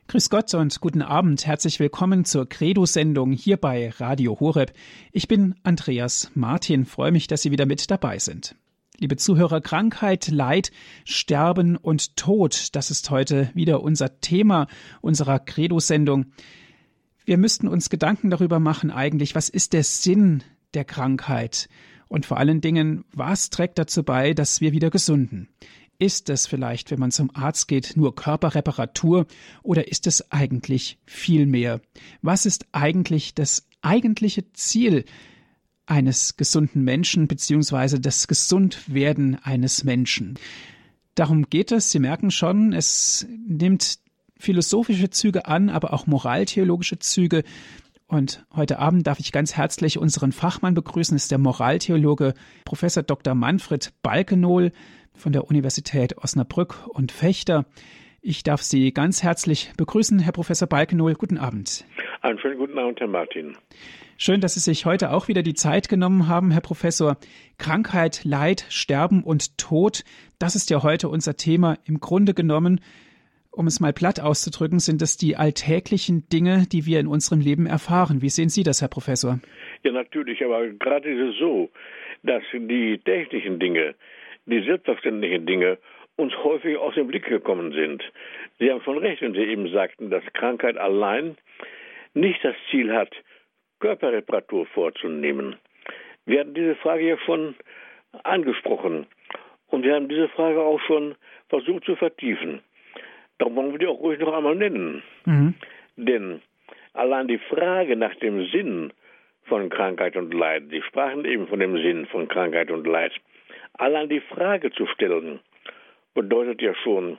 Grüß Gott und guten Abend. Herzlich willkommen zur Credo-Sendung hier bei Radio Horeb. Ich bin Andreas Martin, freue mich, dass Sie wieder mit dabei sind. Liebe Zuhörer, Krankheit, Leid, Sterben und Tod, das ist heute wieder unser Thema unserer Credo-Sendung. Wir müssten uns Gedanken darüber machen eigentlich, was ist der Sinn der Krankheit? Und vor allen Dingen, was trägt dazu bei, dass wir wieder gesunden? Ist es vielleicht, wenn man zum Arzt geht, nur Körperreparatur oder ist es eigentlich viel mehr? Was ist eigentlich das eigentliche Ziel eines gesunden Menschen beziehungsweise das Gesundwerden eines Menschen? Darum geht es. Sie merken schon, es nimmt philosophische Züge an, aber auch moraltheologische Züge. Und heute Abend darf ich ganz herzlich unseren Fachmann begrüßen. Das ist der Moraltheologe Professor Dr. Manfred Balkenohl von der Universität Osnabrück und Vechta. Ich darf Sie ganz herzlich begrüßen, Herr Professor Balkenohl. Guten Abend. Einen schönen guten Abend, Herr Martin. Schön, dass Sie sich heute auch wieder die Zeit genommen haben, Herr Professor. Krankheit, Leid, Sterben und Tod, das ist ja heute unser Thema. Im Grunde genommen, um es mal platt auszudrücken, sind es die alltäglichen Dinge, die wir in unserem Leben erfahren. Wie sehen Sie das, Herr Professor? Ja, natürlich, aber gerade ist es so, dass die technischen Dinge, die selbstverständlichen Dinge uns häufig aus dem Blick gekommen sind. Sie haben schon recht, wenn Sie eben sagten, dass Krankheit allein nicht das Ziel hat, Körperreparatur vorzunehmen. Wir hatten diese Frage ja schon angesprochen und wir haben diese Frage auch schon versucht zu vertiefen. Darum wollen wir die auch ruhig noch einmal nennen. Denn allein die Frage nach dem Sinn von Krankheit und Leid, Sie sprachen eben von dem Sinn von Krankheit und Leid, allein die Frage zu stellen, bedeutet ja schon,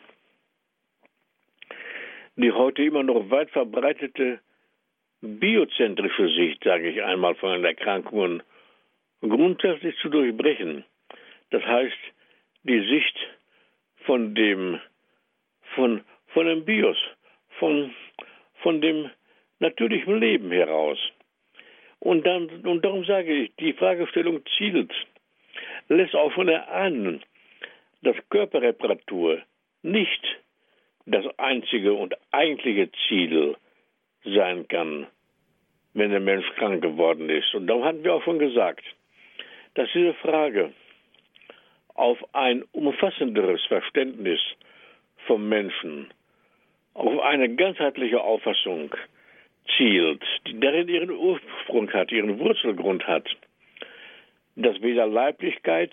die heute immer noch weit verbreitete biozentrische Sicht, sage ich einmal, von Erkrankungen grundsätzlich zu durchbrechen. Das heißt, die Sicht von dem Bios, von dem natürlichen Leben heraus. Und darum sage ich, die Fragestellung zielt, lässt auch schon erahnen, dass Körperreparatur nicht das einzige und eigentliche Ziel sein kann, wenn der Mensch krank geworden ist. Und darum hatten wir auch schon gesagt, dass diese Frage auf ein umfassenderes Verständnis vom Menschen, auf eine ganzheitliche Auffassung zielt, die darin ihren Ursprung hat, ihren Wurzelgrund hat, dass weder Leiblichkeit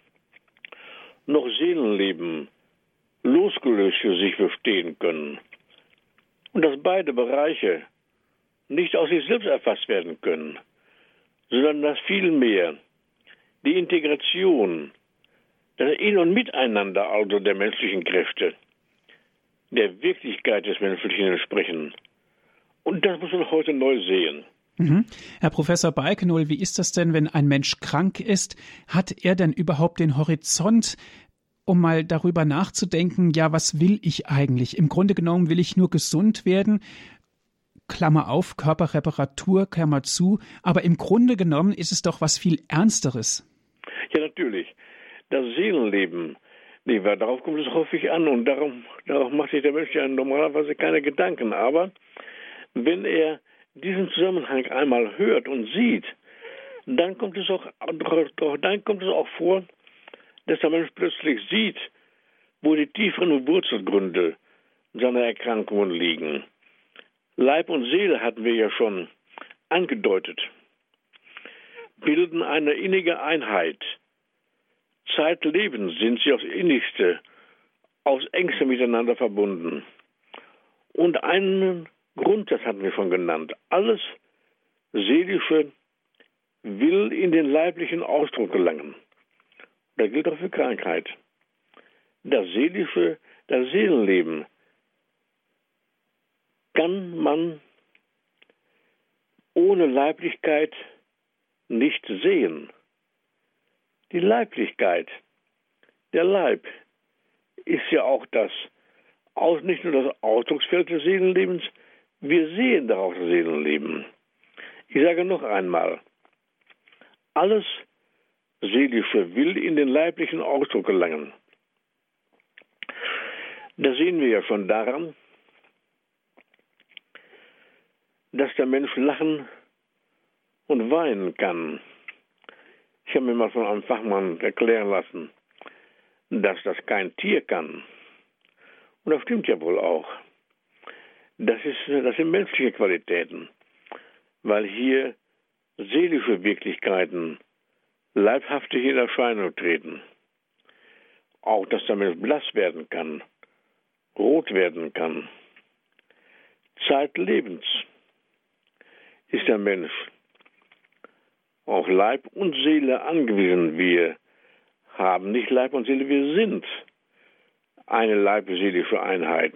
noch Seelenleben losgelöst für sich bestehen können und dass beide Bereiche nicht aus sich selbst erfasst werden können, sondern dass vielmehr die Integration, das In- und Miteinander also der menschlichen Kräfte der Wirklichkeit des Menschlichen entsprechen. Und das muss man heute neu sehen. Herr Professor Balkenohl, wie ist das denn, wenn ein Mensch krank ist? Hat er denn überhaupt den Horizont, um mal darüber nachzudenken, ja, was will ich eigentlich? Im Grunde genommen will ich nur gesund werden, Klammer auf, Körperreparatur, Klammer zu, aber im Grunde genommen ist es doch was viel Ernsteres. Ja, natürlich. Das Seelenleben, darauf kommt es häufig an und darauf macht sich der Mensch ja normalerweise keine Gedanken. Aber wenn er diesen Zusammenhang einmal hört und sieht, dann kommt es auch vor, dass der Mensch plötzlich sieht, wo die tieferen Wurzelgründe seiner Erkrankungen liegen. Leib und Seele hatten wir ja schon angedeutet, bilden eine innige Einheit. Zeitlebens sind sie aufs Innigste, aufs Engste miteinander verbunden. Und einen Grundsatz hatten wir schon genannt. Alles Seelische will in den leiblichen Ausdruck gelangen. Das gilt auch für Krankheit. Das Seelische, das Seelenleben kann man ohne Leiblichkeit nicht sehen. Die Leiblichkeit, der Leib, ist ja auch nicht nur das Ausdrucksfeld des Seelenlebens, wir sehen daraus das Seelenleben. Ich sage noch einmal, alles Seelische will in den leiblichen Ausdruck gelangen. Das sehen wir ja schon daran, dass der Mensch lachen und weinen kann. Ich habe mir mal von einem Fachmann erklären lassen, dass das kein Tier kann. Und das stimmt ja wohl auch. Das sind menschliche Qualitäten, weil hier seelische Wirklichkeiten leibhaftig in Erscheinung treten. Auch, dass der Mensch blass werden kann, rot werden kann. Zeitlebens ist der Mensch auf Leib und Seele angewiesen. Wir haben nicht Leib und Seele, wir sind eine leibseelische Einheit.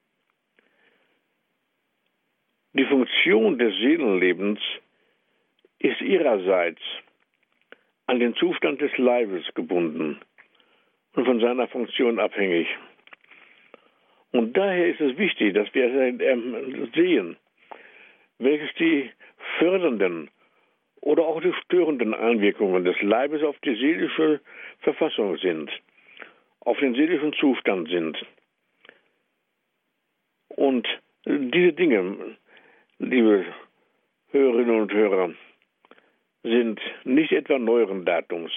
Die Funktion des Seelenlebens ist ihrerseits an den Zustand des Leibes gebunden und von seiner Funktion abhängig. Und daher ist es wichtig, dass wir sehen, welches die fördernden oder auch die störenden Einwirkungen des Leibes auf die seelische Verfassung sind, auf den seelischen Zustand sind. Und diese Dinge, liebe Hörerinnen und Hörer, sind nicht etwa neueren Datums.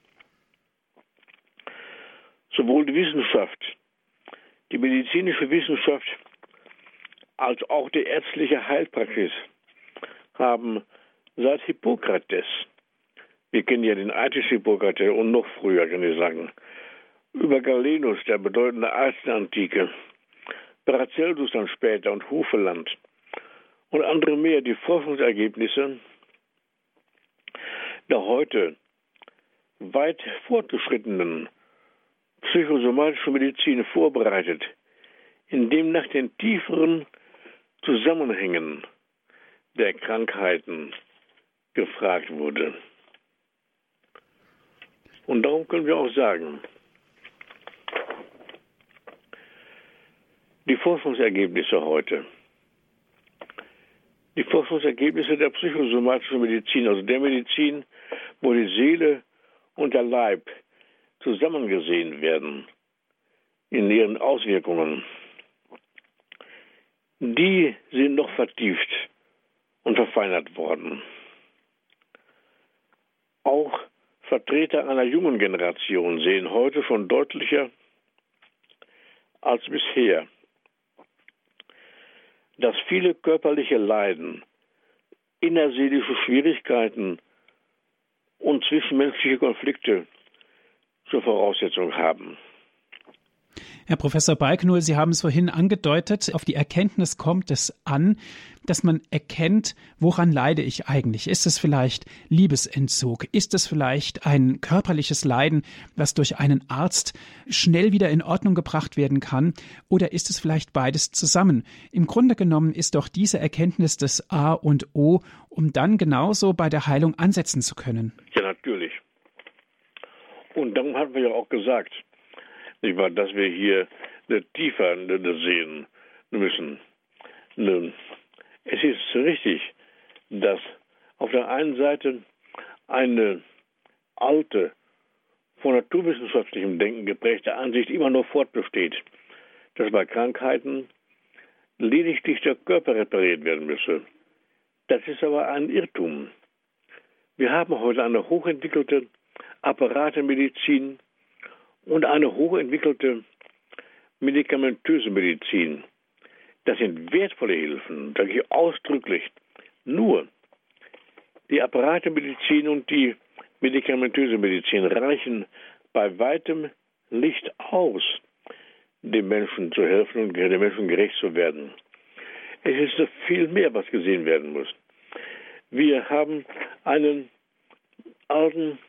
Sowohl die Wissenschaft, die medizinische Wissenschaft, als auch die ärztliche Heilpraxis haben seit Hippokrates, wir kennen ja den Eid des Hippokrates und noch früher, kann ich sagen, über Galenus, der bedeutende Arzt der Antike, Paracelsus dann später und Hufeland und andere mehr, die Forschungsergebnisse der heute weit fortgeschrittenen psychosomatischen Medizin vorbereitet, indem nach den tieferen Zusammenhängen der Krankheiten gefragt wurde. Und darum können wir auch sagen, die Forschungsergebnisse heute, die Forschungsergebnisse der psychosomatischen Medizin, also der Medizin, wo die Seele und der Leib zusammengesehen werden in ihren Auswirkungen, die sind noch vertieft und verfeinert worden. Auch Vertreter einer jungen Generation sehen heute schon deutlicher als bisher, dass viele körperliche Leiden, innerseelische Schwierigkeiten und zwischenmenschliche Konflikte zur Voraussetzung haben. Herr Professor Balknull, Sie haben es vorhin angedeutet, auf die Erkenntnis kommt es an, dass man erkennt, woran leide ich eigentlich? Ist es vielleicht Liebesentzug? Ist es vielleicht ein körperliches Leiden, was durch einen Arzt schnell wieder in Ordnung gebracht werden kann? Oder ist es vielleicht beides zusammen? Im Grunde genommen ist doch diese Erkenntnis das A und O, um dann genauso bei der Heilung ansetzen zu können. Ja, natürlich. Und darum haben wir ja auch gesagt, dass wir hier tiefer sehen müssen. Es ist richtig, dass auf der einen Seite eine alte, von naturwissenschaftlichem Denken geprägte Ansicht immer noch fortbesteht, dass bei Krankheiten lediglich der Körper repariert werden müsse. Das ist aber ein Irrtum. Wir haben heute eine hochentwickelte Apparatemedizin und eine hochentwickelte medikamentöse Medizin. Das sind wertvolle Hilfen, sage ich ausdrücklich. Nur die Apparatemedizin und die medikamentöse Medizin reichen bei weitem nicht aus, dem Menschen zu helfen und dem Menschen gerecht zu werden. Es ist noch viel mehr, was gesehen werden muss. Wir haben einen alten,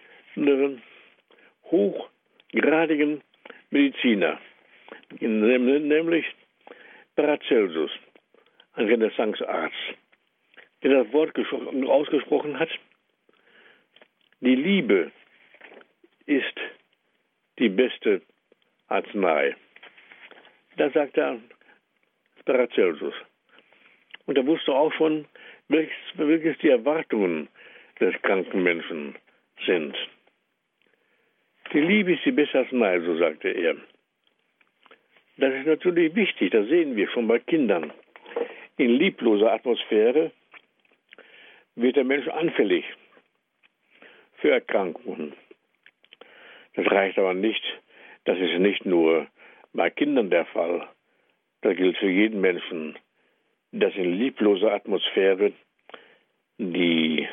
hochgradigen Mediziner, nämlich Paracelsus, ein Renaissancearzt, der das Wort ausgesprochen hat: Die Liebe ist die beste Arznei. Das sagt er Paracelsus. Und er wusste auch schon, welches die Erwartungen des kranken Menschen sind. Die Liebe ist die beste Arznei, so sagte er. Das ist natürlich wichtig, das sehen wir schon bei Kindern. in liebloser Atmosphäre wird der Mensch anfällig für Erkrankungen. Das reicht aber nicht. Das ist nicht nur bei Kindern der Fall. Das gilt für jeden Menschen, dass in liebloser Atmosphäre die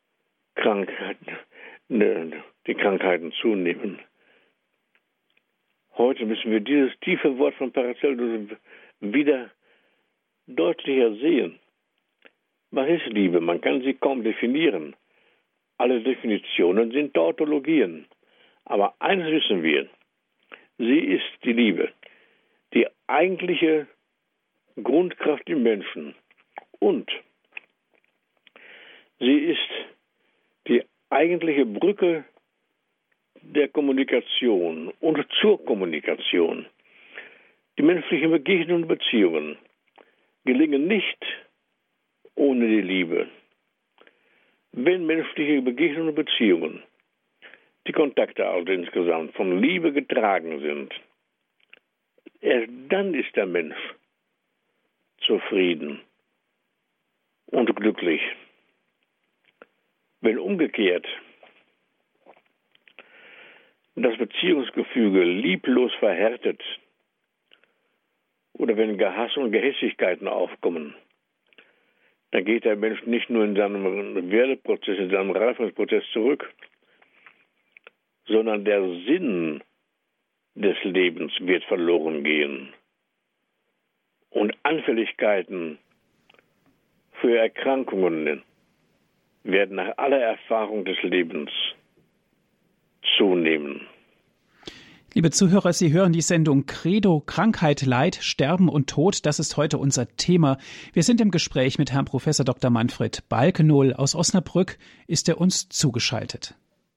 Krankheiten zunehmen. Heute müssen wir dieses tiefe Wort von Paracelsus wieder deutlicher sehen. Was ist Liebe? Man kann sie kaum definieren. Alle Definitionen sind Tautologien. Aber eines wissen wir: Sie ist die Liebe, die eigentliche Grundkraft im Menschen. Und sie ist die eigentliche Brücke der Kommunikation und zur Kommunikation. Die menschlichen Begegnungen und Beziehungen gelingen nicht ohne die Liebe. Wenn menschliche Begegnungen und Beziehungen, die Kontakte also insgesamt von Liebe getragen sind, erst dann ist der Mensch zufrieden und glücklich. Wenn umgekehrt das Beziehungsgefüge lieblos verhärtet oder wenn Gehass und Gehässigkeiten aufkommen, dann geht der Mensch nicht nur in seinem Werdeprozess, in seinem Reifungsprozess zurück, sondern der Sinn des Lebens wird verloren gehen. Und Anfälligkeiten für Erkrankungen werden nach aller Erfahrung des Lebens zunehmen. Liebe Zuhörer, Sie hören die Sendung Credo, Krankheit, Leid, Sterben und Tod. Das ist heute unser Thema. Wir sind im Gespräch mit Herrn Prof. Dr. Manfred Balkenohl. Aus Osnabrück ist er uns zugeschaltet.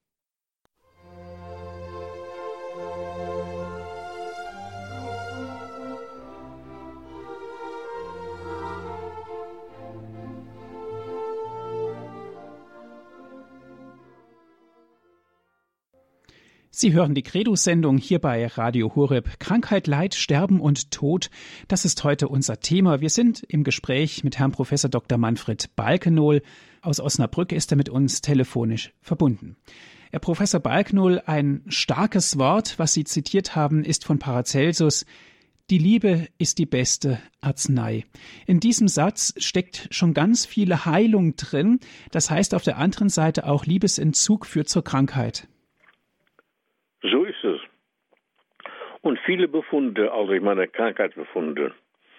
Sie hören die Credo-Sendung hier bei Radio Horeb. Krankheit, Leid, Sterben und Tod, das ist heute unser Thema. Wir sind im Gespräch mit Herrn Prof. Dr. Manfred Balkenohl. Aus Osnabrück ist er mit uns telefonisch verbunden. Herr Professor Balkenohl, ein starkes Wort, was Sie zitiert haben, ist von Paracelsus: Die Liebe ist die beste Arznei. In diesem Satz steckt schon ganz viele Heilung drin. Das heißt auf der anderen Seite auch, Liebesentzug führt zur Krankheit. So ist es. Und viele Befunde, also ich meine Krankheitsbefunde,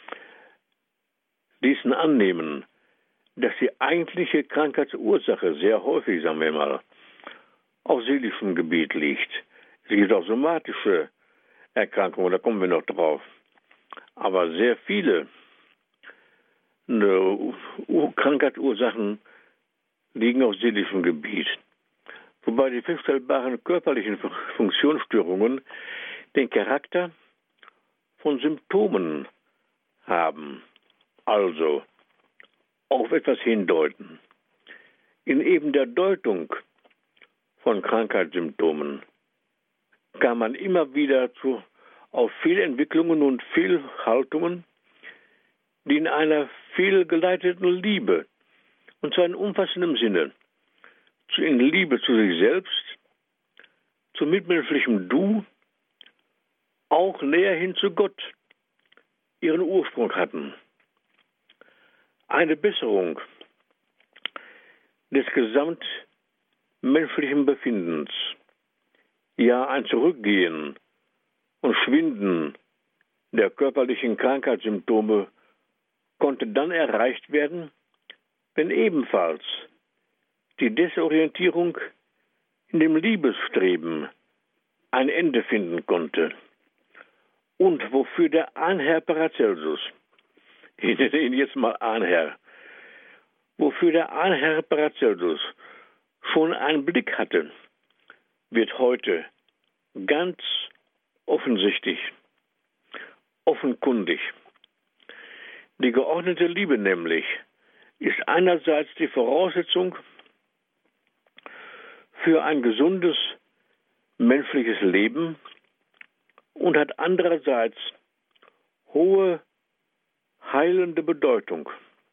ließen annehmen, dass die eigentliche Krankheitsursache sehr häufig, sagen wir mal, auf seelischem Gebiet liegt. Es gibt auch somatische Erkrankungen, da kommen wir noch drauf. Aber sehr viele Krankheitsursachen liegen auf seelischem Gebiet. Wobei die feststellbaren körperlichen Funktionsstörungen den Charakter von Symptomen haben, also auf etwas hindeuten. In eben der Deutung von Krankheitssymptomen kam man immer wieder auf Fehlentwicklungen und Fehlhaltungen, die in einer fehlgeleiteten Liebe, und zwar in umfassendem Sinne, in Liebe zu sich selbst, zu mitmenschlichem Du, auch näher hin zu Gott, ihren Ursprung hatten. Eine Besserung des gesamtmenschlichen Befindens, ja ein Zurückgehen und Schwinden der körperlichen Krankheitssymptome konnte dann erreicht werden, wenn ebenfalls die Desorientierung in dem Liebesstreben ein Ende finden konnte. Und wofür der Ahnherr Paracelsus, ich nenne ihn jetzt mal Ahnherr, wofür der Ahnherr Paracelsus schon einen Blick hatte, wird heute ganz offensichtlich, offenkundig. Die geordnete Liebe nämlich ist einerseits die Voraussetzung für ein gesundes menschliches Leben und hat andererseits hohe heilende Bedeutung.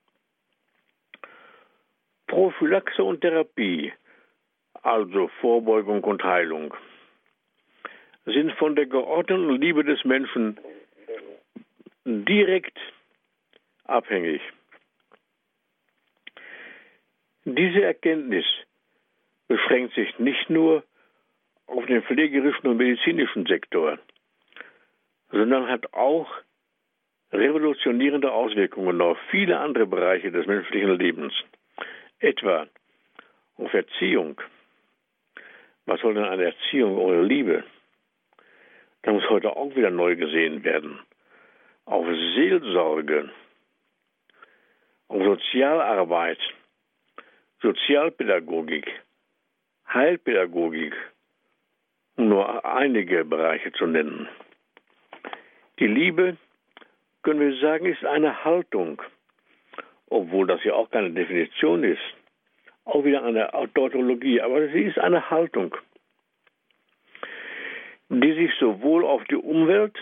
Prophylaxe und Therapie, also Vorbeugung und Heilung, sind von der geordneten Liebe des Menschen direkt abhängig. Diese Erkenntnis beschränkt sich nicht nur auf den pflegerischen und medizinischen Sektor, sondern hat auch revolutionierende Auswirkungen auf viele andere Bereiche des menschlichen Lebens, etwa auf Erziehung. Was soll denn eine Erziehung ohne Liebe? Das muss heute auch wieder neu gesehen werden. Auf Seelsorge, auf Sozialarbeit, Sozialpädagogik, Heilpädagogik, um nur einige Bereiche zu nennen. Die Liebe, können wir sagen, ist eine Haltung, obwohl das ja auch keine Definition ist. Auch wieder eine Tautologie, aber sie ist eine Haltung, die sich sowohl auf die Umwelt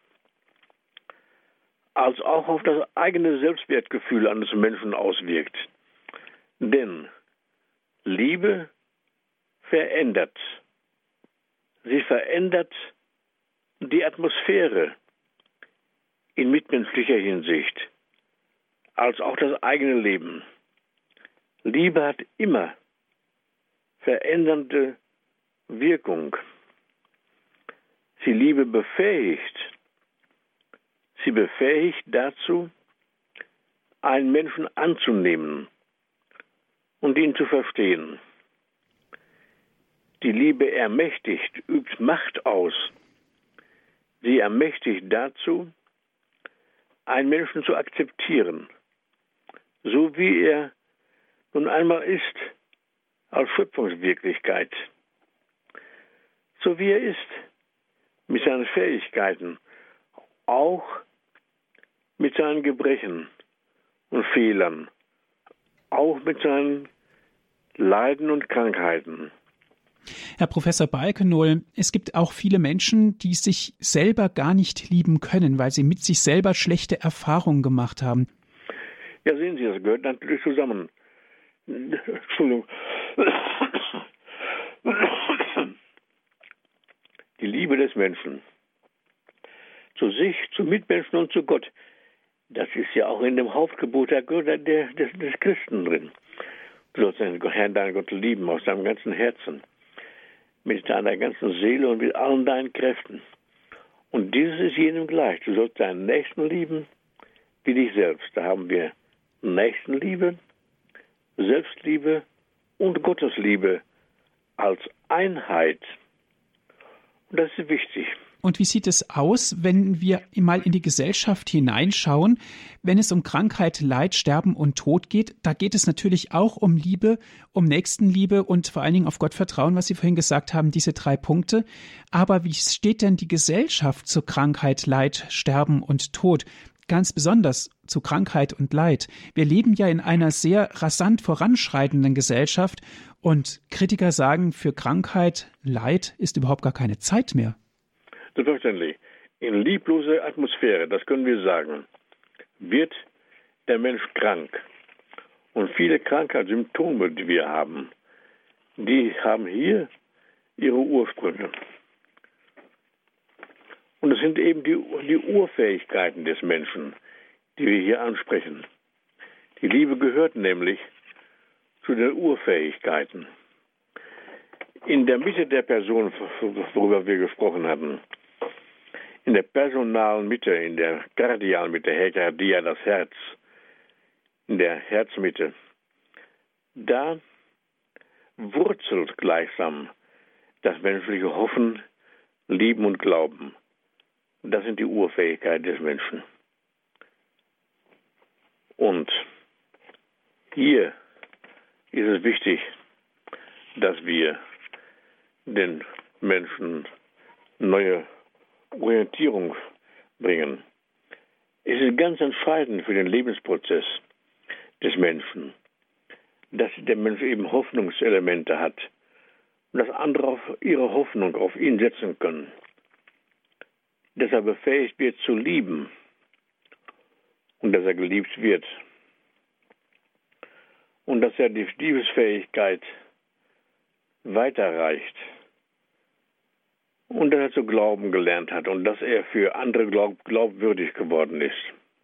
als auch auf das eigene Selbstwertgefühl eines Menschen auswirkt. Denn Liebe verändert. Sie verändert die Atmosphäre in mitmenschlicher Hinsicht, als auch das eigene Leben. Liebe hat immer verändernde Wirkung. Sie Liebe befähigt. Sie befähigt dazu, einen Menschen anzunehmen und ihn zu verstehen. Die Liebe ermächtigt, übt Macht aus. Sie ermächtigt dazu, einen Menschen zu akzeptieren, so wie er nun einmal ist, als Schöpfungswirklichkeit. So wie er ist, mit seinen Fähigkeiten, auch mit seinen Gebrechen und Fehlern, auch mit seinen Leiden und Krankheiten. Herr Professor Balkenohl, es gibt auch viele Menschen, die sich selber gar nicht lieben können, weil sie mit sich selber schlechte Erfahrungen gemacht haben. Ja, sehen Sie, das gehört natürlich zusammen. Entschuldigung. Die Liebe des Menschen zu sich, zu Mitmenschen und zu Gott, das ist ja auch in dem Hauptgebot des Christen drin. Du sollst deinen Herrn, deinen Gott lieben aus deinem ganzen Herzen, mit deiner ganzen Seele und mit allen deinen Kräften. Und dieses ist jedem gleich. Du sollst deinen Nächsten lieben wie dich selbst. Da haben wir Nächstenliebe, Selbstliebe und Gottesliebe als Einheit. Und das ist wichtig. Und wie sieht es aus, wenn wir mal in die Gesellschaft hineinschauen, wenn es um Krankheit, Leid, Sterben und Tod geht? Da geht es natürlich auch um Liebe, um Nächstenliebe und vor allen Dingen auf Gott vertrauen, was Sie vorhin gesagt haben, diese 3 Punkte. Aber wie steht denn die Gesellschaft zu Krankheit, Leid, Sterben und Tod? Ganz besonders zu Krankheit und Leid. Wir leben ja in einer sehr rasant voranschreitenden Gesellschaft und Kritiker sagen, für Krankheit, Leid ist überhaupt gar keine Zeit mehr. Selbstverständlich. In liebloser Atmosphäre, das können wir sagen, wird der Mensch krank. Und viele Krankheitssymptome, die wir haben, die haben hier ihre Ursprünge. Und es sind eben die Urfähigkeiten des Menschen, die wir hier ansprechen. Die Liebe gehört nämlich zu den Urfähigkeiten. In der Mitte der Person, worüber wir gesprochen hatten, in der personalen Mitte, in der kardialen Mitte, Kardia, das Herz, in der Herzmitte, da wurzelt gleichsam das menschliche Hoffen, Lieben und Glauben. Das sind die Urfähigkeiten des Menschen. Und hier ist es wichtig, dass wir den Menschen neue Orientierung bringen. Es ist ganz entscheidend für den Lebensprozess des Menschen, dass der Mensch eben Hoffnungselemente hat und dass andere auf ihre Hoffnung auf ihn setzen können. Dass er befähigt wird zu lieben und dass er geliebt wird. Und dass er die Liebesfähigkeit weiterreicht. Und dass er zu glauben gelernt hat und dass er für andere glaubwürdig geworden ist.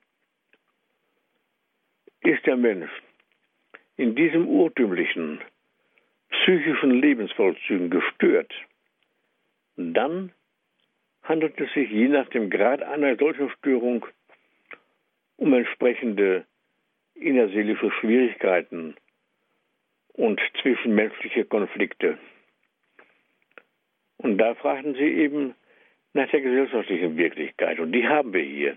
Ist der Mensch in diesem urtümlichen, psychischen Lebensvollzügen gestört, dann handelt es sich je nach dem Grad einer solchen Störung um entsprechende innerseelische Schwierigkeiten und zwischenmenschliche Konflikte. Und da fragten Sie eben nach der gesellschaftlichen Wirklichkeit. Und die haben wir hier.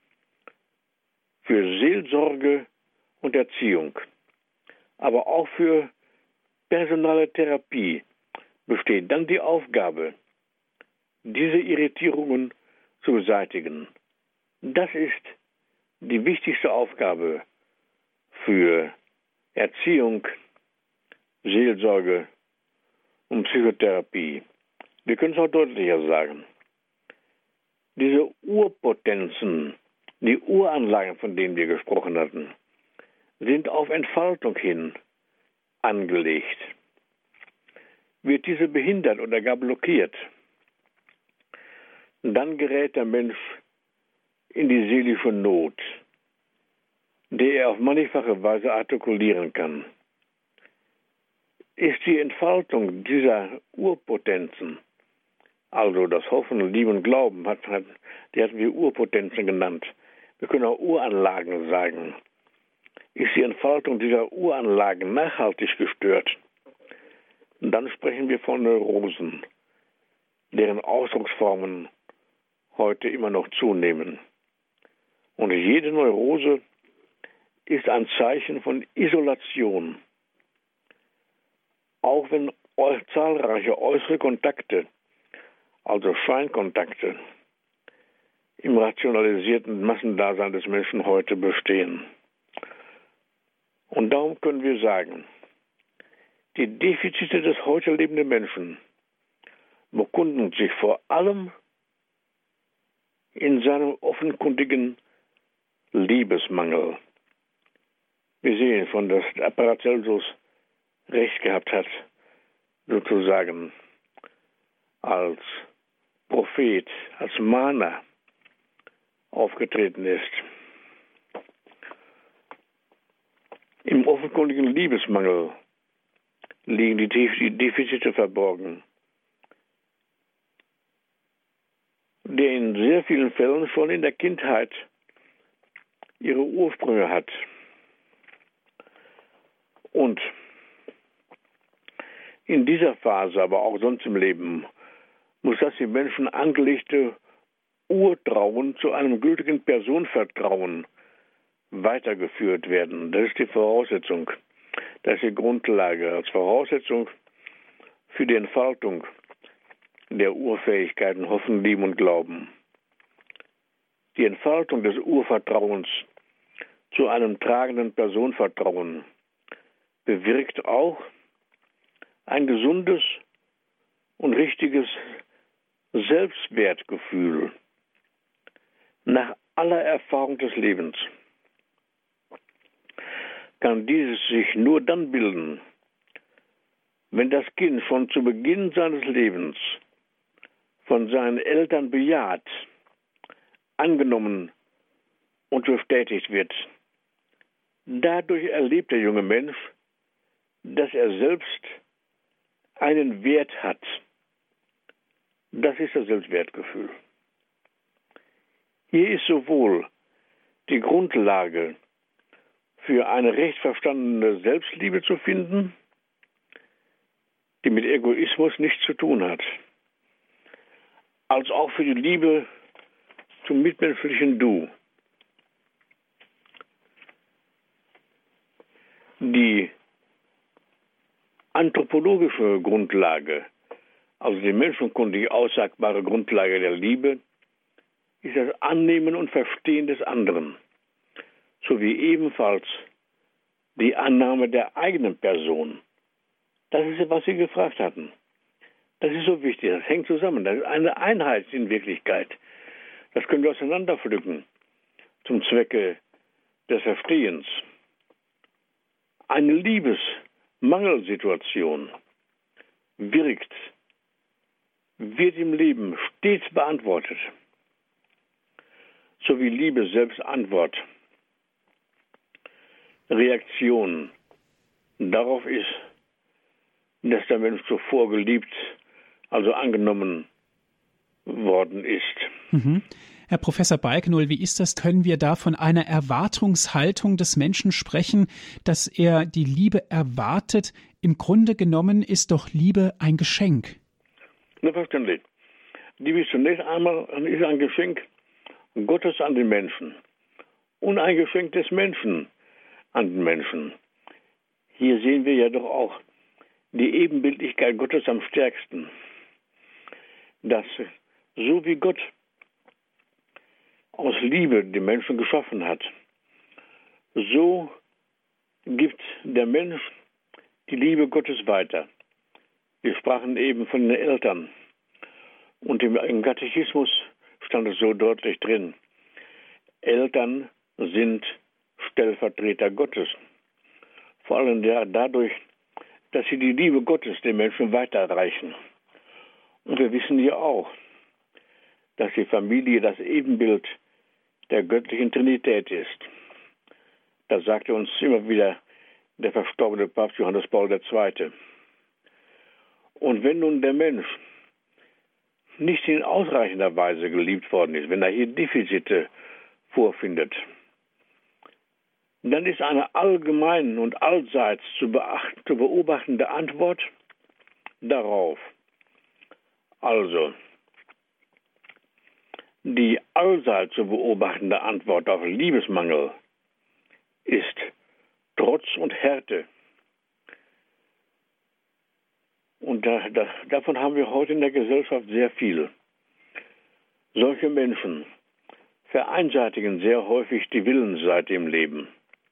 Für Seelsorge und Erziehung, aber auch für personale Therapie besteht dann die Aufgabe, diese Irritierungen zu beseitigen. Das ist die wichtigste Aufgabe für Erziehung, Seelsorge und Psychotherapie. Wir können es auch deutlicher sagen. Diese Urpotenzen, die Uranlagen, von denen wir gesprochen hatten, sind auf Entfaltung hin angelegt. Wird diese behindert oder gar blockiert, dann gerät der Mensch in die seelische Not, die er auf mannigfache Weise artikulieren kann. Ist die Entfaltung dieser Urpotenzen, also das Hoffen, Lieben, Glauben, die hatten wir Urpotenzen genannt. Wir können auch Uranlagen sagen. Ist die Entfaltung dieser Uranlagen nachhaltig gestört, dann sprechen wir von Neurosen, deren Ausdrucksformen heute immer noch zunehmen. Und jede Neurose ist ein Zeichen von Isolation. Auch wenn zahlreiche äußere Kontakte, also Scheinkontakte, im rationalisierten Massendasein des Menschen heute bestehen. Und darum können wir sagen, die Defizite des heute lebenden Menschen bekunden sich vor allem in seinem offenkundigen Liebesmangel. Wir sehen von, dass Paracelsus recht gehabt hat, sozusagen als Prophet, als Mahner aufgetreten ist. Im offenkundigen Liebesmangel liegen die Defizite verborgen, der in sehr vielen Fällen schon in der Kindheit ihre Ursprünge hat. Und in dieser Phase, aber auch sonst im Leben, muss das die Menschen angelegte Urtrauen zu einem gültigen Personenvertrauen weitergeführt werden. Das ist die Voraussetzung, das ist die Grundlage als Voraussetzung für die Entfaltung der Urfähigkeiten Hoffen, Lieben und Glauben. Die Entfaltung des Urvertrauens zu einem tragenden Personenvertrauen bewirkt auch ein gesundes und richtiges Selbstwertgefühl nach aller Erfahrung des Lebens. Kann dieses sich nur dann bilden, wenn das Kind schon zu Beginn seines Lebens von seinen Eltern bejaht, angenommen und bestätigt wird. Dadurch erlebt der junge Mensch, dass er selbst einen Wert hat. Das ist das Selbstwertgefühl. Hier ist sowohl die Grundlage für eine recht verstandene Selbstliebe zu finden, die mit Egoismus nichts zu tun hat, als auch für die Liebe zum mitmenschlichen Du. Die anthropologische Grundlage, also die menschenkundig aussagbare Grundlage der Liebe, ist das Annehmen und Verstehen des anderen, sowie ebenfalls die Annahme der eigenen Person. Das ist ja, was Sie gefragt hatten. Das ist so wichtig, das hängt zusammen. Das ist eine Einheit in Wirklichkeit. Das können wir auseinanderpflücken zum Zwecke des Verstehens eine Liebesmangelsituation wirkt, wird im Leben stets beantwortet, so wie Liebe selbst Antwort, Reaktion darauf ist, dass der Mensch zuvor geliebt, also angenommen worden ist. Mhm. Herr Professor Balkenohl, wie ist das? Können wir da von einer Erwartungshaltung des Menschen sprechen, dass er die Liebe erwartet? Im Grunde genommen ist doch Liebe ein Geschenk. Selbstverständlich. Liebe ist zunächst einmal ein Geschenk Gottes an den Menschen und ein Geschenk des Menschen an den Menschen. Hier sehen wir ja doch auch die Ebenbildlichkeit Gottes am stärksten. Dass so wie Gott aus Liebe den Menschen geschaffen hat, so gibt der Mensch die Liebe Gottes weiter. Wir sprachen eben von den Eltern. Und im Katechismus stand es so deutlich drin: Eltern sind Stellvertreter Gottes. Vor allem dadurch, dass sie die Liebe Gottes den Menschen weiterreichen. Und wir wissen ja auch, dass die Familie das Ebenbild der göttlichen Trinität ist. Das sagte uns immer wieder der verstorbene Papst Johannes Paul II. Und wenn nun der Mensch nicht in ausreichender Weise geliebt worden ist, wenn er hier Defizite vorfindet, dann ist eine allgemein und allseits zu beobachtende Antwort darauf. Also, die allseits zu beobachtende Antwort auf Liebesmangel ist Trotz und Härte. Und davon haben wir heute in der Gesellschaft sehr viel. Solche Menschen vereinseitigen sehr häufig die Willensseite im Leben.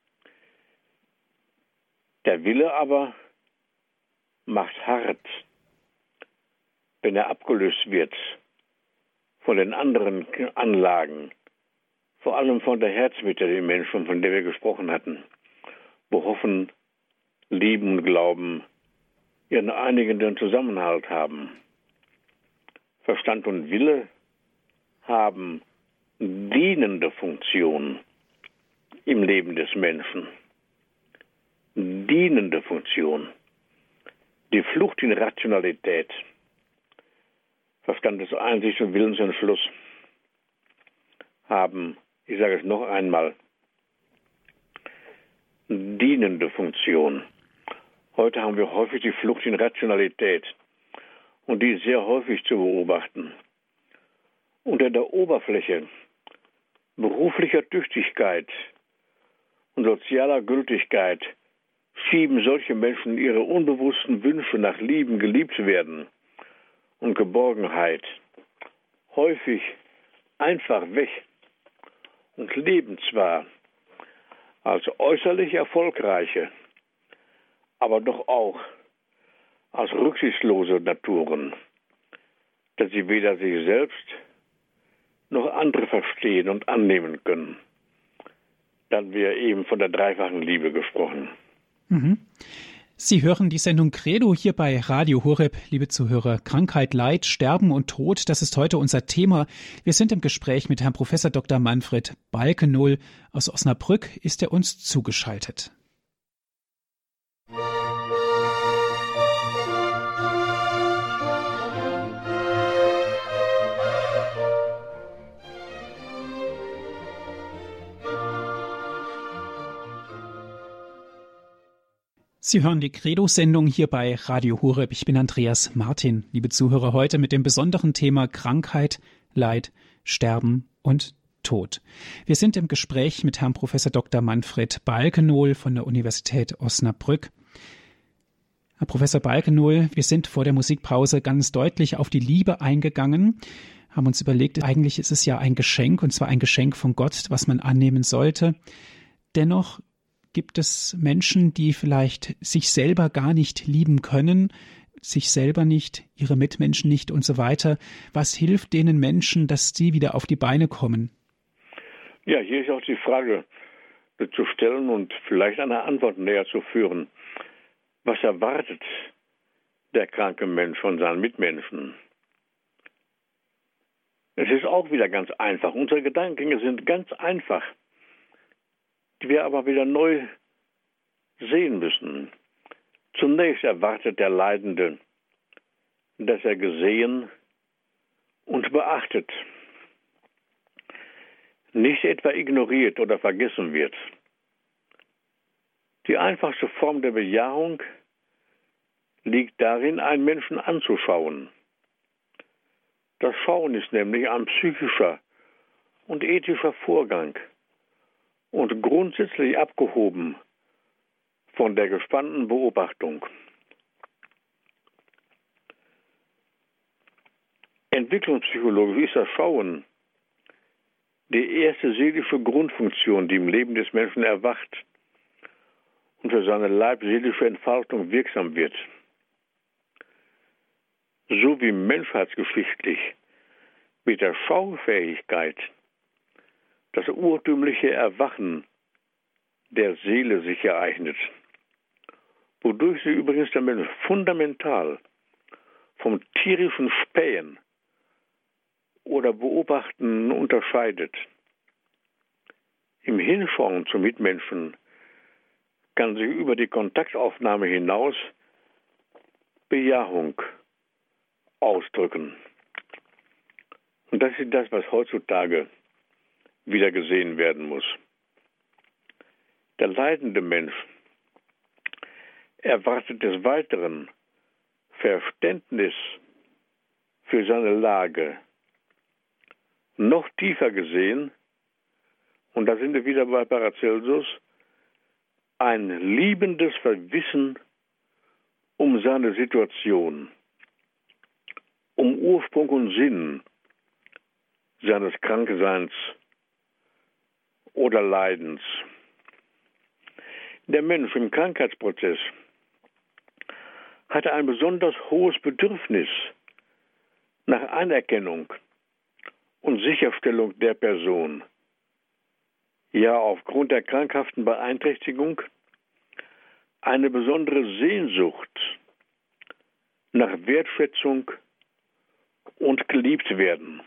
Der Wille aber macht hart, wenn er abgelöst wird von den anderen Anlagen, vor allem von der Herzmitte der Menschen, von der wir gesprochen hatten, wo Hoffen, Lieben und Glauben ihren einigenden Zusammenhalt haben. Verstand und Wille haben dienende Funktion im Leben des Menschen. Dienende Funktion. Die Flucht in Rationalität. Verstandes Einsicht und Willensentschluss haben, ich sage es noch einmal, dienende Funktion. Heute haben wir häufig die Flucht in Rationalität und die ist sehr häufig zu beobachten. Unter der Oberfläche beruflicher Tüchtigkeit und sozialer Gültigkeit schieben solche Menschen ihre unbewussten Wünsche nach Lieben, geliebt werden und Geborgenheit häufig einfach weg und leben zwar als äußerlich Erfolgreiche, aber doch auch als rücksichtslose Naturen, dass sie weder sich selbst noch andere verstehen und annehmen können. Dann wir eben von der dreifachen Liebe gesprochen. Mhm. Sie hören die Sendung Credo hier bei Radio Horeb, liebe Zuhörer. Krankheit, Leid, Sterben und Tod, das ist heute unser Thema. Wir sind im Gespräch mit Herrn Professor Dr. Manfred Balkenohl. Aus Osnabrück ist er uns zugeschaltet. Sie hören die Credo-Sendung hier bei Radio Horeb. Ich bin Andreas Martin. Liebe Zuhörer, heute mit dem besonderen Thema Krankheit, Leid, Sterben und Tod. Wir sind im Gespräch mit Herrn Professor Dr. Manfred Balkenohl von der Universität Osnabrück. Herr Professor Balkenohl, wir sind vor der Musikpause ganz deutlich auf die Liebe eingegangen, haben uns überlegt, eigentlich ist es ja ein Geschenk, und zwar ein Geschenk von Gott, was man annehmen sollte. Dennoch gibt es Menschen, die vielleicht sich selber gar nicht lieben können, sich selber nicht, ihre Mitmenschen nicht und so weiter. Was hilft denen Menschen, dass sie wieder auf die Beine kommen? Ja, hier ist auch die Frage, zu stellen und vielleicht eine Antwort näher zu führen. Was erwartet der kranke Mensch von seinen Mitmenschen? Es ist auch wieder ganz einfach. Unsere Gedankengänge sind ganz einfach, die wir aber wieder neu sehen müssen. Zunächst erwartet der Leidende, dass er gesehen und beachtet, nicht etwa ignoriert oder vergessen wird. Die einfachste Form der Bejahung liegt darin, einen Menschen anzuschauen. Das Schauen ist nämlich ein psychischer und ethischer Vorgang und grundsätzlich abgehoben von der gespannten Beobachtung. Entwicklungspsychologisch ist das Schauen die erste seelische Grundfunktion, die im Leben des Menschen erwacht und für seine leibseelische Entfaltung wirksam wird. So wie menschheitsgeschichtlich mit der Schaufähigkeit das urtümliche Erwachen der Seele sich ereignet, wodurch sie übrigens der Mensch fundamental vom tierischen Spähen oder Beobachten unterscheidet. Im Hinschauen zu Mitmenschen kann sich über die Kontaktaufnahme hinaus Bejahung ausdrücken. Und das ist das, was heutzutage wieder gesehen werden muss. Der leidende Mensch erwartet des Weiteren Verständnis für seine Lage. Noch tiefer gesehen, und da sind wir wieder bei Paracelsus, ein liebendes Verwissen um seine Situation, um Ursprung und Sinn seines Krankseins oder Leidens. Der Mensch im Krankheitsprozess hatte ein besonders hohes Bedürfnis nach Anerkennung und Sicherstellung der Person. Ja, aufgrund der krankhaften Beeinträchtigung eine besondere Sehnsucht nach Wertschätzung und geliebt werden.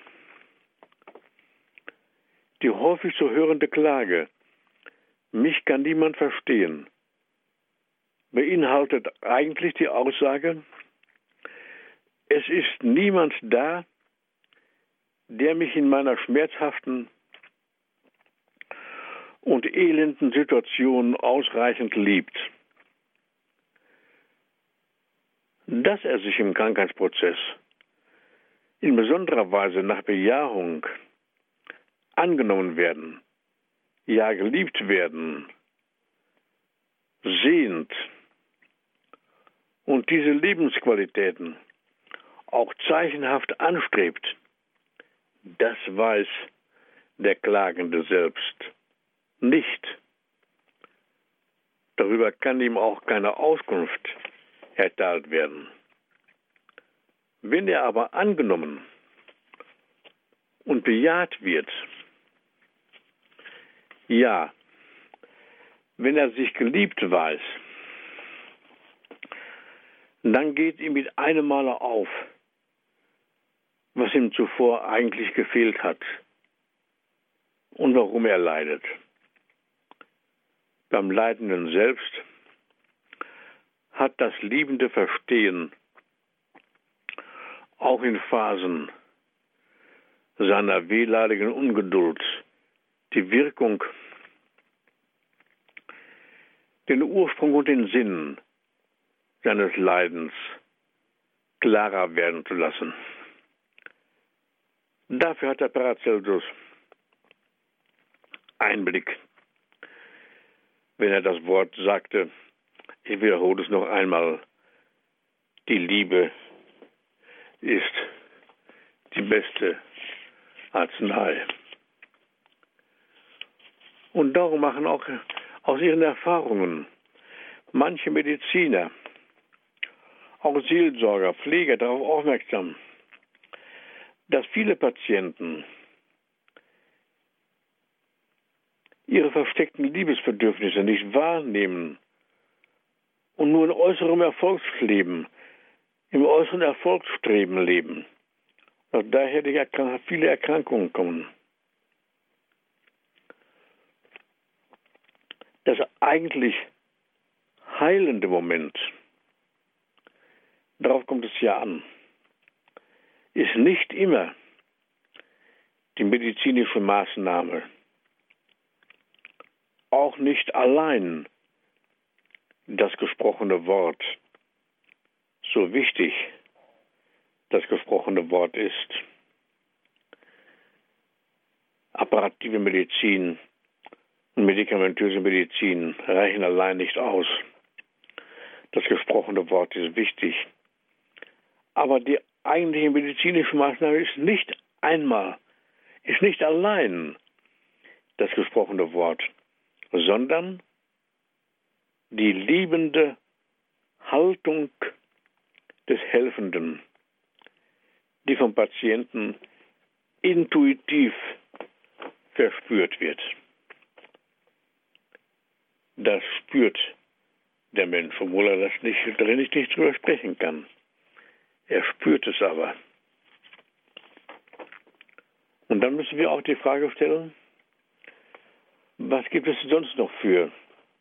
Die häufig zu hörende Klage, mich kann niemand verstehen, beinhaltet eigentlich die Aussage, es ist niemand da, der mich in meiner schmerzhaften und elenden Situation ausreichend liebt. Dass er sich im Krankheitsprozess in besonderer Weise nach Bejahung angenommen werden, ja geliebt werden, sehnt und diese Lebensqualitäten auch zeichenhaft anstrebt, das weiß der Klagende selbst nicht. Darüber kann ihm auch keine Auskunft erteilt werden. Wenn er aber angenommen und bejaht wird, ja, wenn er sich geliebt weiß, dann geht ihm mit einem Male auf, was ihm zuvor eigentlich gefehlt hat und warum er leidet. Beim Leidenden selbst hat das liebende Verstehen auch in Phasen seiner wehleidigen Ungeduld die Wirkung, den Ursprung und den Sinn seines Leidens klarer werden zu lassen. Dafür hat der Paracelsus Einblick, wenn er das Wort sagte, ich wiederhole es noch einmal, die Liebe ist die beste Arznei. Und darum machen auch aus ihren Erfahrungen manche Mediziner, auch Seelsorger, Pfleger darauf aufmerksam, dass viele Patienten ihre versteckten Liebesbedürfnisse nicht wahrnehmen und nur in äußerem Erfolgsleben, im äußeren Erfolgsstreben leben. Auch daher viele Erkrankungen kommen. Das eigentlich heilende Moment, darauf kommt es ja an, ist nicht immer die medizinische Maßnahme, auch nicht allein das gesprochene Wort, so wichtig das gesprochene Wort ist. Apparative Medizin und medikamentöse Medizin reichen allein nicht aus. Das gesprochene Wort ist wichtig. Aber die eigentliche medizinische Maßnahme ist nicht allein das gesprochene Wort, sondern die liebende Haltung des Helfenden, die vom Patienten intuitiv verspürt wird. Das spürt der Mensch, obwohl er nicht drüber sprechen kann. Er spürt es aber. Und dann müssen wir auch die Frage stellen, was gibt es sonst noch für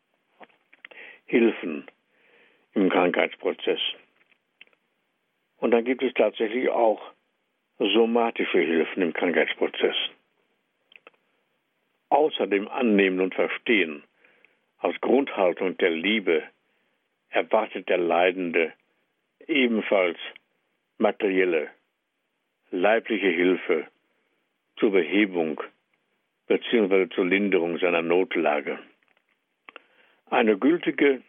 Hilfen im Krankheitsprozess? Und dann gibt es tatsächlich auch somatische Hilfen im Krankheitsprozess. Außer dem Annehmen und Verstehen als Grundhaltung der Liebe erwartet der Leidende ebenfalls materielle, leibliche Hilfe zur Behebung bzw. zur Linderung seiner Notlage. Eine gültige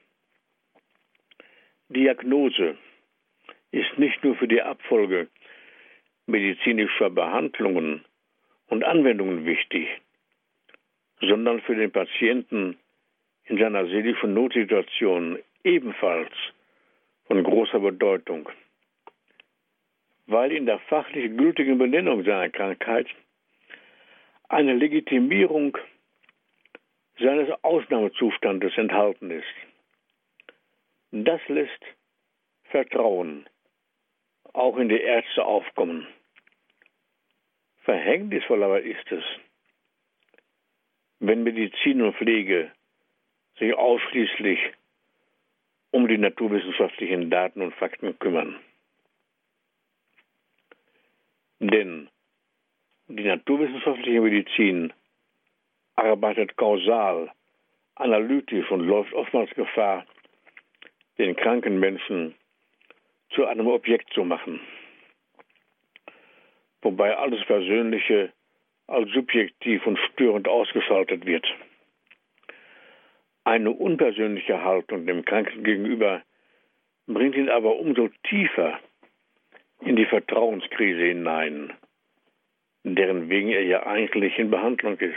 Diagnose ist nicht nur für die Abfolge medizinischer Behandlungen und Anwendungen wichtig, sondern für den Patienten in seiner seelischen Notsituation ebenfalls von großer Bedeutung, weil in der fachlich gültigen Benennung seiner Krankheit eine Legitimierung seines Ausnahmezustandes enthalten ist. Das lässt Vertrauen auch in die Ärzte aufkommen. Verhängnisvoll aber ist es, wenn Medizin und Pflege sich ausschließlich um die naturwissenschaftlichen Daten und Fakten kümmern. Denn die naturwissenschaftliche Medizin arbeitet kausal, analytisch und läuft oftmals Gefahr, den kranken Menschen zu einem Objekt zu machen. Wobei alles Persönliche als subjektiv und störend ausgeschaltet wird. Eine unpersönliche Haltung dem Kranken gegenüber bringt ihn aber umso tiefer in die Vertrauenskrise hinein, deren wegen er ja eigentlich in Behandlung ist.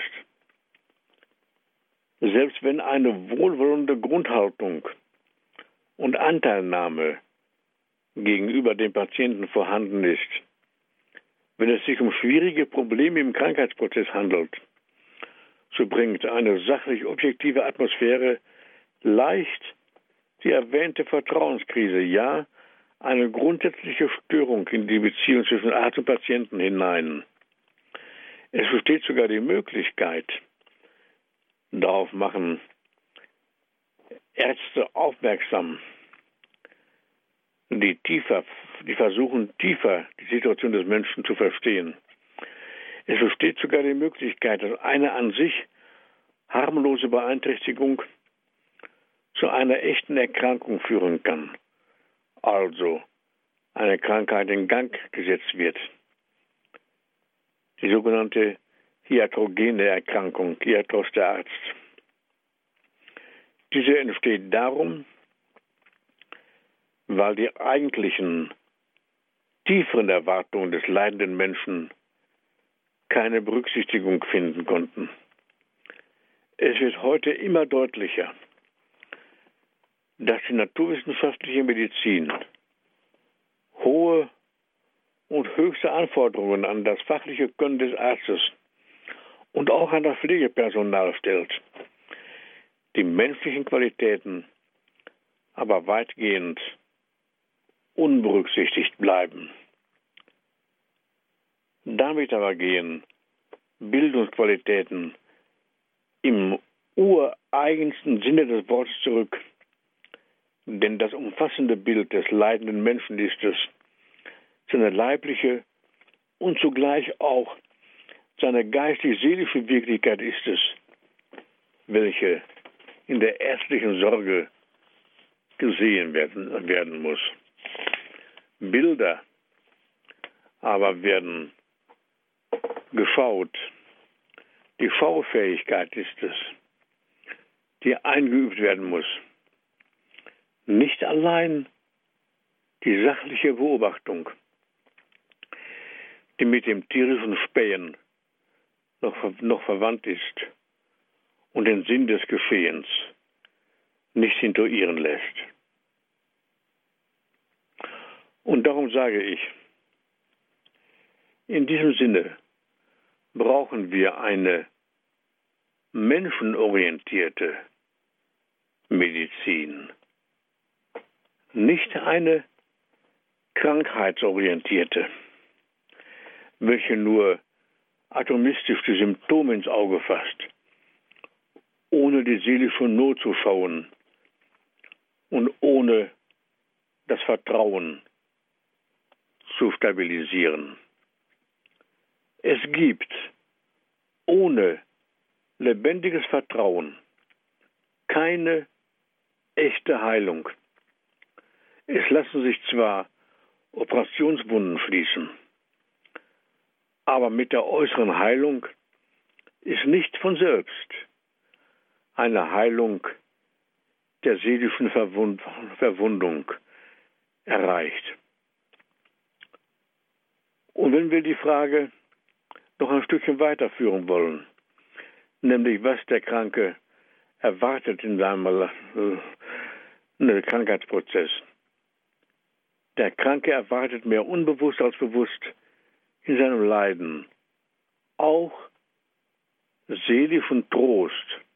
Selbst wenn eine wohlwollende Grundhaltung und Anteilnahme gegenüber dem Patienten vorhanden ist, wenn es sich um schwierige Probleme im Krankheitsprozess handelt, so bringt eine sachlich objektive Atmosphäre leicht die erwähnte Vertrauenskrise, ja, eine grundsätzliche Störung in die Beziehung zwischen Arzt und Patienten hinein. Es besteht sogar die Möglichkeit, darauf machen Ärzte aufmerksam, die versuchen tiefer die Situation des Menschen zu verstehen. Es besteht sogar die Möglichkeit, dass eine an sich harmlose Beeinträchtigung zu einer echten Erkrankung führen kann. Also eine Krankheit in Gang gesetzt wird. Die sogenannte iatrogene Erkrankung, Iatros der Arzt. Diese entsteht darum, weil die eigentlichen tieferen Erwartungen des leidenden Menschen keine Berücksichtigung finden konnten. Es wird heute immer deutlicher, dass die naturwissenschaftliche Medizin hohe und höchste Anforderungen an das fachliche Können des Arztes und auch an das Pflegepersonal stellt, die menschlichen Qualitäten aber weitgehend unberücksichtigt bleiben. Damit aber gehen Bildungsqualitäten im ureigensten Sinne des Wortes zurück, denn das umfassende Bild des leidenden Menschen ist es, seine leibliche und zugleich auch seine geistig-seelische Wirklichkeit ist es, welche in der ärztlichen Sorge gesehen werden muss. Bilder aber werden geschaut. Die Schaufähigkeit ist es, die eingeübt werden muss. Nicht allein die sachliche Beobachtung, die mit dem tierischen Spähen noch verwandt ist und den Sinn des Geschehens nicht intuieren lässt. Und darum sage ich, in diesem Sinne brauchen wir eine menschenorientierte Medizin, nicht eine krankheitsorientierte, welche nur atomistisch die Symptome ins Auge fasst, ohne die seelische Not zu schauen und ohne das Vertrauen zu stabilisieren. Es gibt ohne lebendiges Vertrauen keine echte Heilung. Es lassen sich zwar Operationswunden schließen, aber mit der äußeren Heilung ist nicht von selbst eine Heilung der seelischen Verwundung erreicht. Und wenn wir die Frage noch ein Stückchen weiterführen wollen, nämlich was der Kranke erwartet in seinem Krankheitsprozess. Der Kranke erwartet mehr unbewusst als bewusst in seinem Leiden auch seelischen Trost,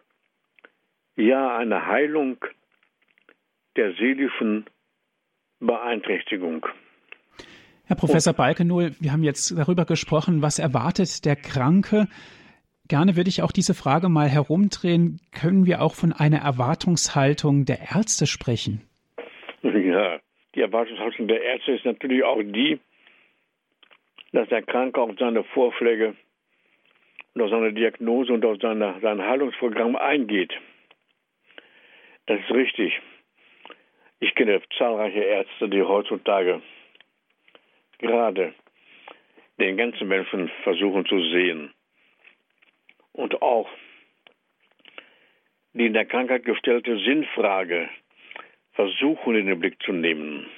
ja eine Heilung der seelischen Beeinträchtigung. Herr Professor Balkenohl, wir haben jetzt darüber gesprochen, was erwartet der Kranke. Gerne würde ich auch diese Frage mal herumdrehen. Können wir auch von einer Erwartungshaltung der Ärzte sprechen? Ja, die Erwartungshaltung der Ärzte ist natürlich auch die, dass der Kranke auf seine Vorschläge und auf seine Diagnose und auf sein Heilungsprogramm eingeht. Das ist richtig. Ich kenne zahlreiche Ärzte, die heutzutage gerade den ganzen Menschen versuchen zu sehen und auch die in der Krankheit gestellte Sinnfrage versuchen in den Blick zu nehmen.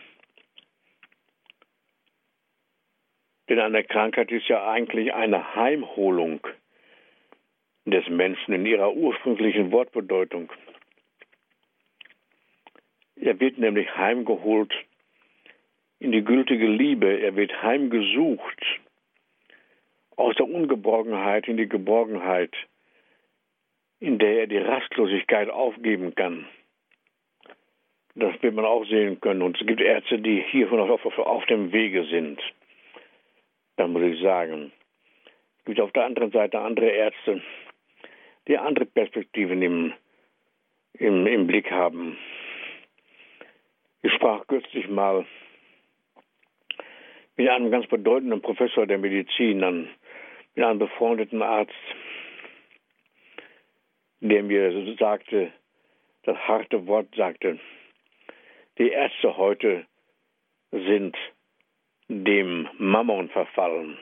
Denn eine Krankheit ist ja eigentlich eine Heimholung des Menschen in ihrer ursprünglichen Wortbedeutung. Er wird nämlich heimgeholt in die gültige Liebe. Er wird heimgesucht aus der Ungeborgenheit in die Geborgenheit, in der er die Rastlosigkeit aufgeben kann. Das wird man auch sehen können. Und es gibt Ärzte, die hiervon auf dem Wege sind. Da muss ich sagen, es gibt auf der anderen Seite andere Ärzte, die andere Perspektiven im Blick haben. Ich sprach kürzlich mal mit einem ganz bedeutenden Professor der Medizin, mit einem befreundeten Arzt, der mir sagte, das harte Wort sagte, die Ärzte heute sind dem Mammon verfallen.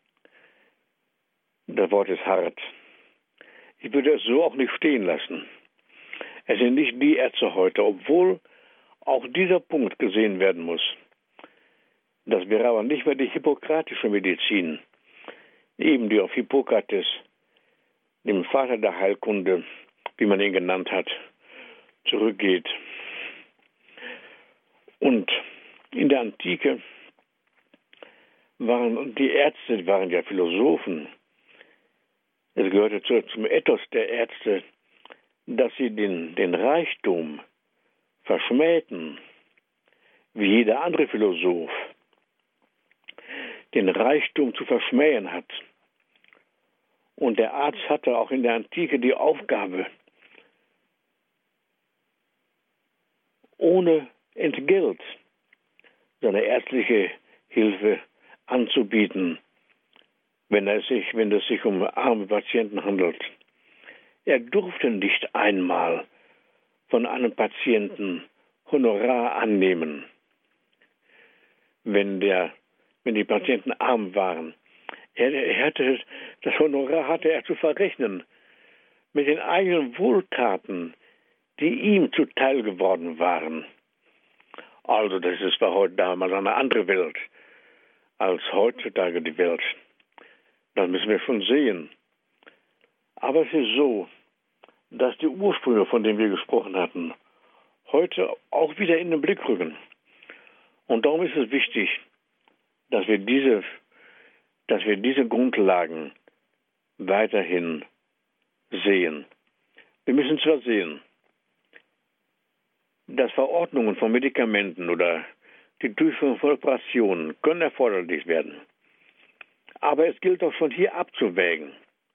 Das Wort ist hart. Ich würde es so auch nicht stehen lassen. Es sind nicht die Ärzte heute, obwohl auch dieser Punkt gesehen werden muss. Das wäre aber nicht mehr die hippokratische Medizin, eben die auf Hippokrates, dem Vater der Heilkunde, wie man ihn genannt hat, zurückgeht. Und in der Antike waren die Ärzte, waren ja Philosophen, Es gehörte zum Ethos der Ärzte, dass sie den Reichtum verschmähten, wie jeder andere Philosoph den Reichtum zu verschmähen hat. Und der Arzt hatte auch in der Antike die Aufgabe, ohne Entgelt seine ärztliche Hilfe anzubieten, wenn es sich um arme Patienten handelt. Er durfte nicht einmal von einem Patienten Honorar annehmen, wenn die Patienten arm waren. Das Honorar hatte er zu verrechnen mit den eigenen Wohltaten, die ihm zuteil geworden waren. Also war damals eine andere Welt als heutzutage die Welt. Das müssen wir schon sehen. Aber es ist so, dass die Ursprünge, von denen wir gesprochen hatten, heute auch wieder in den Blick rücken. Und darum ist es wichtig, dass wir diese Grundlagen weiterhin sehen. Wir müssen zwar sehen, dass Verordnungen von Medikamenten oder die Durchführung von Operationen können erforderlich werden. Aber es gilt auch schon hier abzuwägen,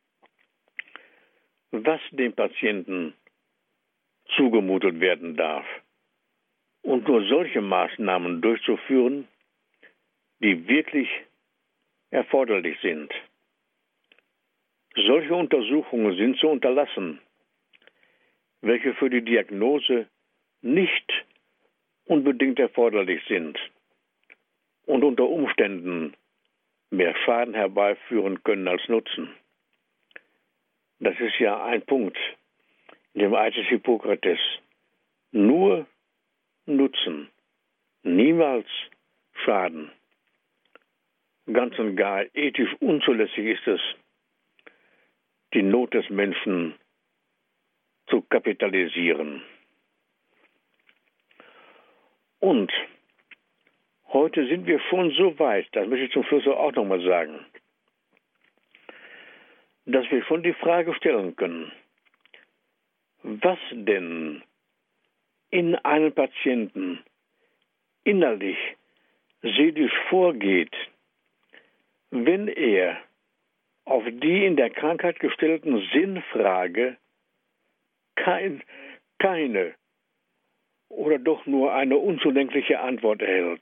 was dem Patienten zugemutet werden darf. Und nur solche Maßnahmen durchzuführen, die wirklich erforderlich sind. Solche Untersuchungen sind zu unterlassen, welche für die Diagnose nicht unbedingt erforderlich sind und unter Umständen mehr Schaden herbeiführen können als Nutzen. Das ist ja ein Punkt in dem Eid des Hippokrates. Nur Nutzen, niemals Schaden. Ganz und gar ethisch unzulässig ist es, die Not des Menschen zu kapitalisieren. Und heute sind wir schon so weit, das möchte ich zum Schluss auch nochmal sagen, dass wir schon die Frage stellen können, was denn in einem Patienten innerlich, seelisch vorgeht, wenn er auf die in der Krankheit gestellten Sinnfrage keine oder doch nur eine unzudenkliche Antwort erhält.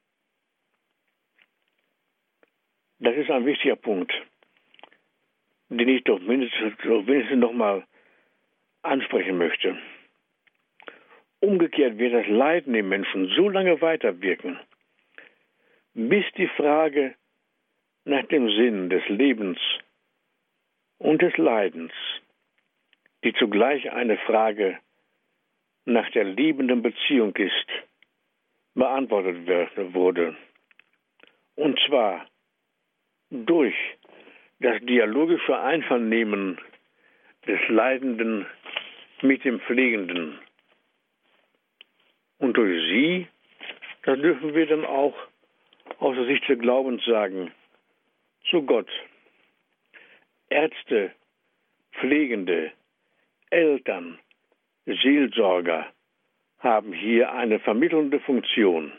Das ist ein wichtiger Punkt, den ich doch wenigstens nochmal ansprechen möchte. Umgekehrt wird das Leiden im Menschen so lange weiterwirken, bis die Frage nach dem Sinn des Lebens und des Leidens, die zugleich eine Frage nach der liebenden Beziehung ist, beantwortet wurde. Und zwar durch das dialogische Einvernehmen des Leidenden mit dem Pflegenden. Und durch sie, das dürfen wir dann auch aus der Sicht des Glaubens sagen, zu Gott. Ärzte, Pflegende, Eltern, Seelsorger haben hier eine vermittelnde Funktion.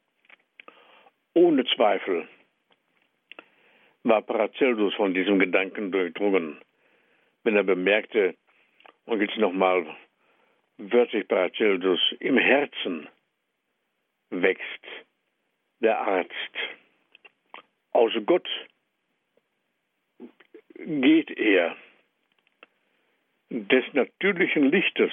Ohne Zweifel war Paracelsus von diesem Gedanken durchdrungen, wenn er bemerkte, und jetzt nochmal wörtlich Paracelsus, im Herzen wächst der Arzt. Aus Gott geht er. Des natürlichen Lichtes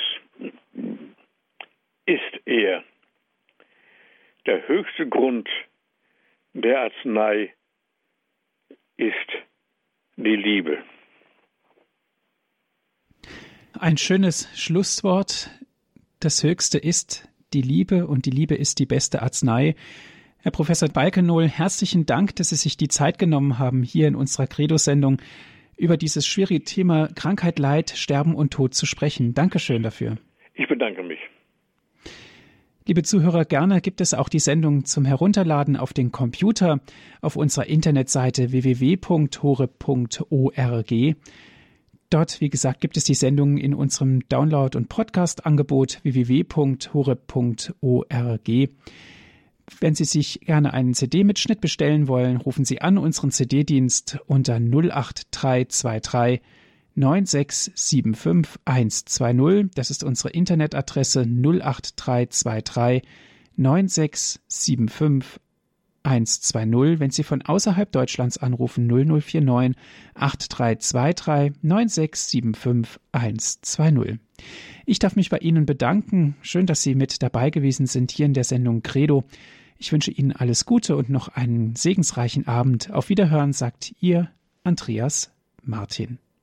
ist er. Der höchste Grund der Arznei ist die Liebe. Ein schönes Schlusswort. Das Höchste ist die Liebe und die Liebe ist die beste Arznei. Herr Professor Balkenohl, herzlichen Dank, dass Sie sich die Zeit genommen haben, hier in unserer Credo-Sendung über dieses schwierige Thema Krankheit, Leid, Sterben und Tod zu sprechen. Dankeschön dafür. Ich bedanke mich. Liebe Zuhörer, gerne gibt es auch die Sendung zum Herunterladen auf den Computer auf unserer Internetseite www.horeb.org. Dort, wie gesagt, gibt es die Sendungen in unserem Download- und Podcast-Angebot www.horeb.org. Wenn Sie sich gerne einen CD-Mitschnitt bestellen wollen, rufen Sie an unseren CD-Dienst unter 08323 9675 120. Das ist unsere Internetadresse 08323 9675 120. Wenn Sie von außerhalb Deutschlands anrufen, 0049 8323 9675 120. Ich darf mich bei Ihnen bedanken. Schön, dass Sie mit dabei gewesen sind hier in der Sendung Credo. Ich wünsche Ihnen alles Gute und noch einen segensreichen Abend. Auf Wiederhören, sagt Ihr Andreas Martin.